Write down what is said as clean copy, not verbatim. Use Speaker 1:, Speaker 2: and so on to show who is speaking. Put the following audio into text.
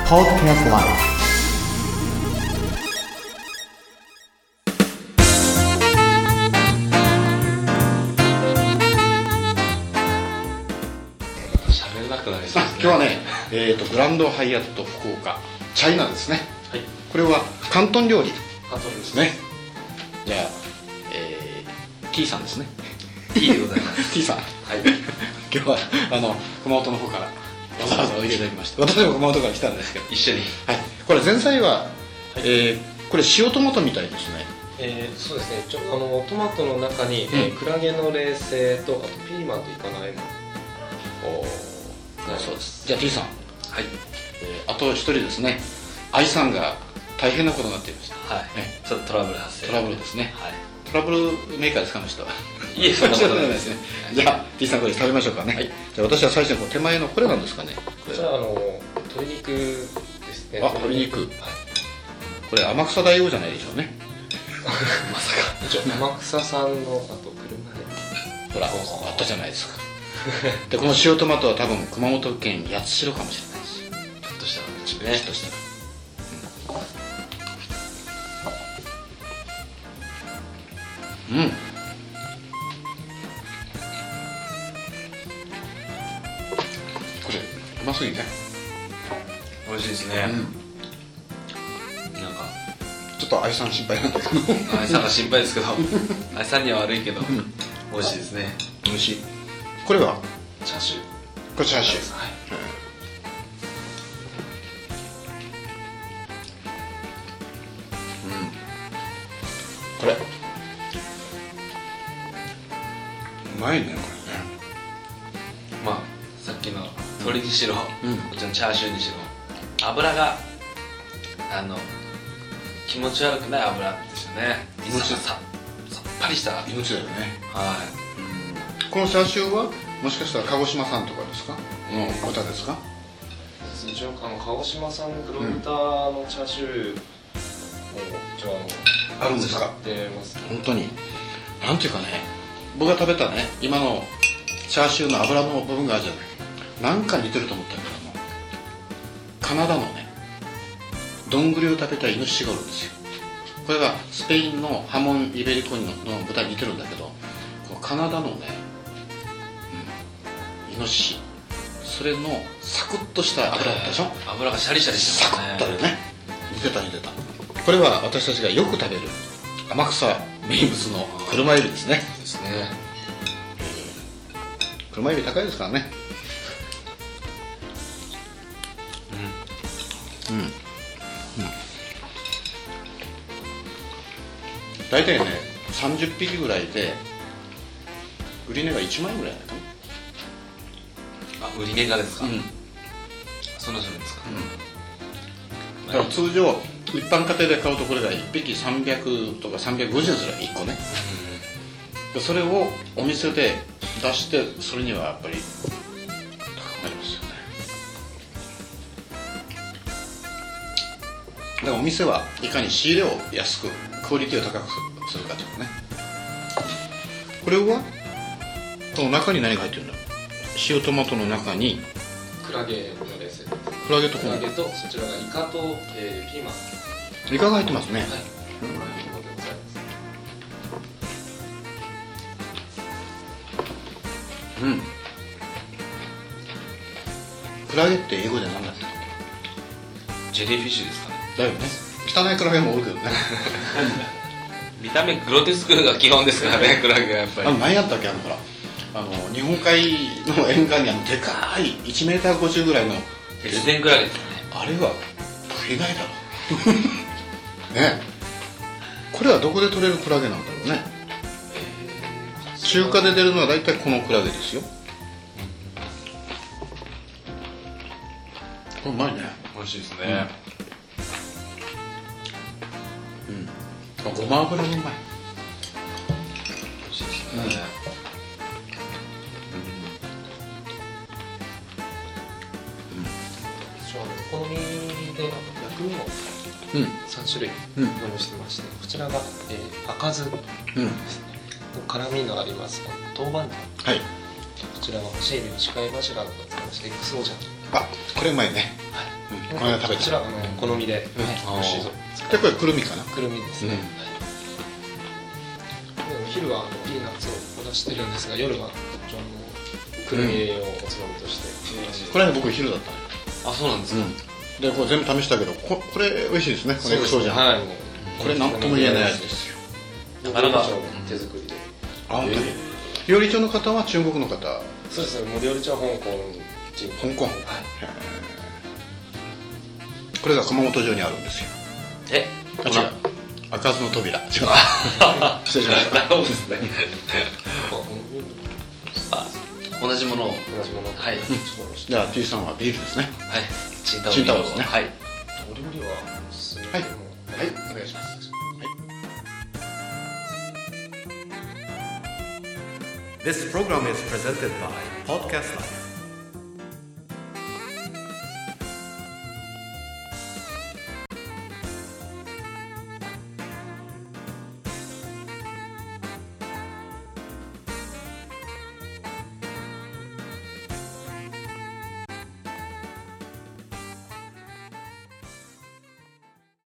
Speaker 1: Podcast Live。
Speaker 2: 喋れなくなりそうですね。
Speaker 3: 今日はね、グランドハイアット福岡チャイナですね。
Speaker 2: はい。
Speaker 3: これは広東料理
Speaker 2: あとです
Speaker 3: ですね。じゃあ、T さんですね。
Speaker 2: T でございます。
Speaker 3: T さん、
Speaker 2: はい。
Speaker 3: 今日は熊本の方からわざわざおいでいただきました。私も熊本から来たんですけど、
Speaker 2: 一緒に。
Speaker 3: はい、これ前菜は、これ塩トマトみたいですね。
Speaker 4: そうですね。トマトの中に、クラゲの冷製とあとピーマンとイカの和え物。
Speaker 3: そうです。じゃあ T さん、
Speaker 2: はい。
Speaker 3: あと一人ですね、愛さんが大変なことになっていました。
Speaker 2: はい。ちょっとトラブル発生。
Speaker 3: トラブルですね。
Speaker 2: はい。
Speaker 3: トラブルメーカーですか、あの人は。
Speaker 2: いえ、そんなことない
Speaker 3: でね。じゃあ T さん、これ食べましょうかね。はい。じゃあ私は最初に手前のこれなんですかね。
Speaker 4: こちら鶏肉ですね。
Speaker 3: 鶏肉。
Speaker 4: はい。
Speaker 3: これ天草大王じゃないでしょうね。
Speaker 4: まさか。天草産のあと車で。
Speaker 3: ほら、あったじゃないですか。でこの塩トマトは多分熊本県八代かもしれないです。
Speaker 2: ちょっとした感じ
Speaker 3: ちょ
Speaker 2: ね。
Speaker 3: っとしたら。うん。これうますぎね。
Speaker 2: 美味しいですね。なんか
Speaker 3: ちょっと愛さん心配なんだけど。
Speaker 2: 愛さんが心配ですけど、愛さんには悪いけど美味しいですね。
Speaker 3: 美味しい。これは
Speaker 2: チャーシュー。
Speaker 3: これチャーシュー。
Speaker 2: はい。
Speaker 3: これうまいね、これね。
Speaker 2: まあさっきの鶏にしろ、こっちのチャーシューにしろ、油が気持ち悪くない油ですよね。
Speaker 3: 気持ち悪い。
Speaker 2: さっぱりした。
Speaker 3: 命だよね。
Speaker 2: は
Speaker 3: このチャーシューはもしかしたら鹿児島産とかですか？豚ですか？
Speaker 4: 一応鹿児島産の黒豚のチャーシューを一応
Speaker 3: あるんですか？
Speaker 4: 使ってます。
Speaker 3: 本当になんていうかね、僕が食べたね今のチャーシューの油の部分があるじゃない、なんか似てると思ったけども、カナダのねどんぐりを食べたイノシシがおるんですよ。これがスペインのハモンイベリコの豚に似てるんだけど、このカナダのね、イノシシ、それのサクッとした油だったでしょ。
Speaker 2: 油がシャリシャリして
Speaker 3: サク
Speaker 2: ますね。
Speaker 3: ッとあるね。似てた似てた。これは私たちがよく食べる天草名物の車エビですね。
Speaker 2: ですね。
Speaker 3: 車エビ高いですからね。大体ね30匹ぐらいで売り値が1万円ぐらいだったかな。
Speaker 2: 売り値がですか？その種類ですか？
Speaker 3: だから通常一般家庭で買うとこれが1匹300とか350円する1個ね。でそれをお店で出してそれにはやっぱり高くなりますよね。だからお店はいかに仕入れを安くクオリティを高くするかというね。これはこの中に何が入ってるんだ。塩トマトの中に
Speaker 4: クラゲの冷製。
Speaker 3: クラゲと
Speaker 4: クラゲとそちらがイカと、ピーマン。
Speaker 3: イカが入ってますね。
Speaker 4: はい。これでございます。
Speaker 3: クラゲって英語で何だったっ
Speaker 2: ジェリーフィッシュですかね。
Speaker 3: け？だよね。汚いクラゲもおるけどね。
Speaker 2: 見た目グロテスクが基本ですからね、クラゲがやっぱり。
Speaker 3: 何やったっけ、ほら日本海の沿岸にでかい1メーター50ぐらいの
Speaker 2: 越前クラゲですよね。
Speaker 3: あれは食えないだろう。ね。これはどこで取れるクラゲなんだろうね。中華で出るのは大体このクラゲですよ。これうまいね。
Speaker 2: 美味しいですね。
Speaker 3: ごま油もうまい。
Speaker 2: 美味しいですね。
Speaker 4: お好みで薬味も3種類用意してまして、こちらが、赤酢ですね。辛みのあります豆板醤。
Speaker 3: はい。
Speaker 4: こちらは干しエビの視界バジラなどを使いまして XO 醤。
Speaker 3: あ、これうまいね。
Speaker 4: はい。
Speaker 3: この間食べた。
Speaker 4: こちら好みで美味しいぞ。
Speaker 3: でこれくるみかな。
Speaker 4: くるみですね。お昼はピーナッツを出してるんですが、夜はくるみをおつまみとして。
Speaker 3: これは僕昼だったね。
Speaker 2: あ、そうなんですか。
Speaker 3: でこれ全部試したけど、これ美味しいですね。このエクソージャン。
Speaker 4: はい。
Speaker 3: これなんとも言えない味ですよ。
Speaker 4: なかなか手作りで。
Speaker 3: 料理長の方は中国の方。
Speaker 4: そうですね。もう料理長は香港人。
Speaker 3: 香港。これが熊本城にあるんですよ。違う。開かずの扉。違う。失礼しました。
Speaker 2: なるほどですね。同じものを。はい。
Speaker 3: じゃあ T さんはビールですね。
Speaker 2: はい。チン
Speaker 3: タオですね。
Speaker 2: はい。
Speaker 4: お料理は
Speaker 3: はい。はい。お願いします。
Speaker 1: This program is presented by Podcast Life.